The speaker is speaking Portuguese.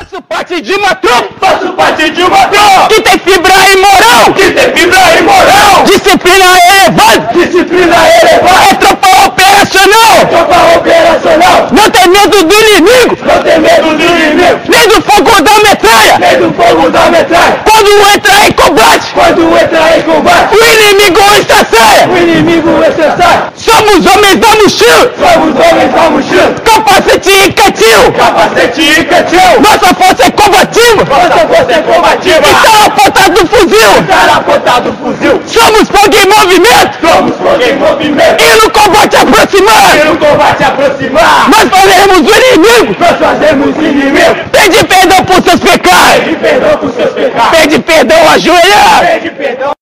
Faço parte de uma tropa, faço parte de uma tropa que tem fibra e moral, que tem fibra e moral, disciplina elevada, disciplina elevada, é tropa operacional, tropa operacional, não tem medo do inimigo, não tem medo do inimigo, nem do fogo da metralha, nem do fogo da metralha, quando entra em combate, quando entra em combate, o inimigo está saia, o inimigo é necessário, somos homens da mochila, somos homens da mochila, capacete e cantil, capacete e cantil, nossa força é combativa, nossa força é combativa, está apontado do fuzil, está apontado o fuzil, somos fogo em movimento, somos fogo em movimento, e no combate aproximar, e no combate aproximar, nós faremos o inimigo, nós fazemos inimigo, pede perdão por seus pecados, pede perdão por seus pecados, pede perdão ajoelhar. pede perdão.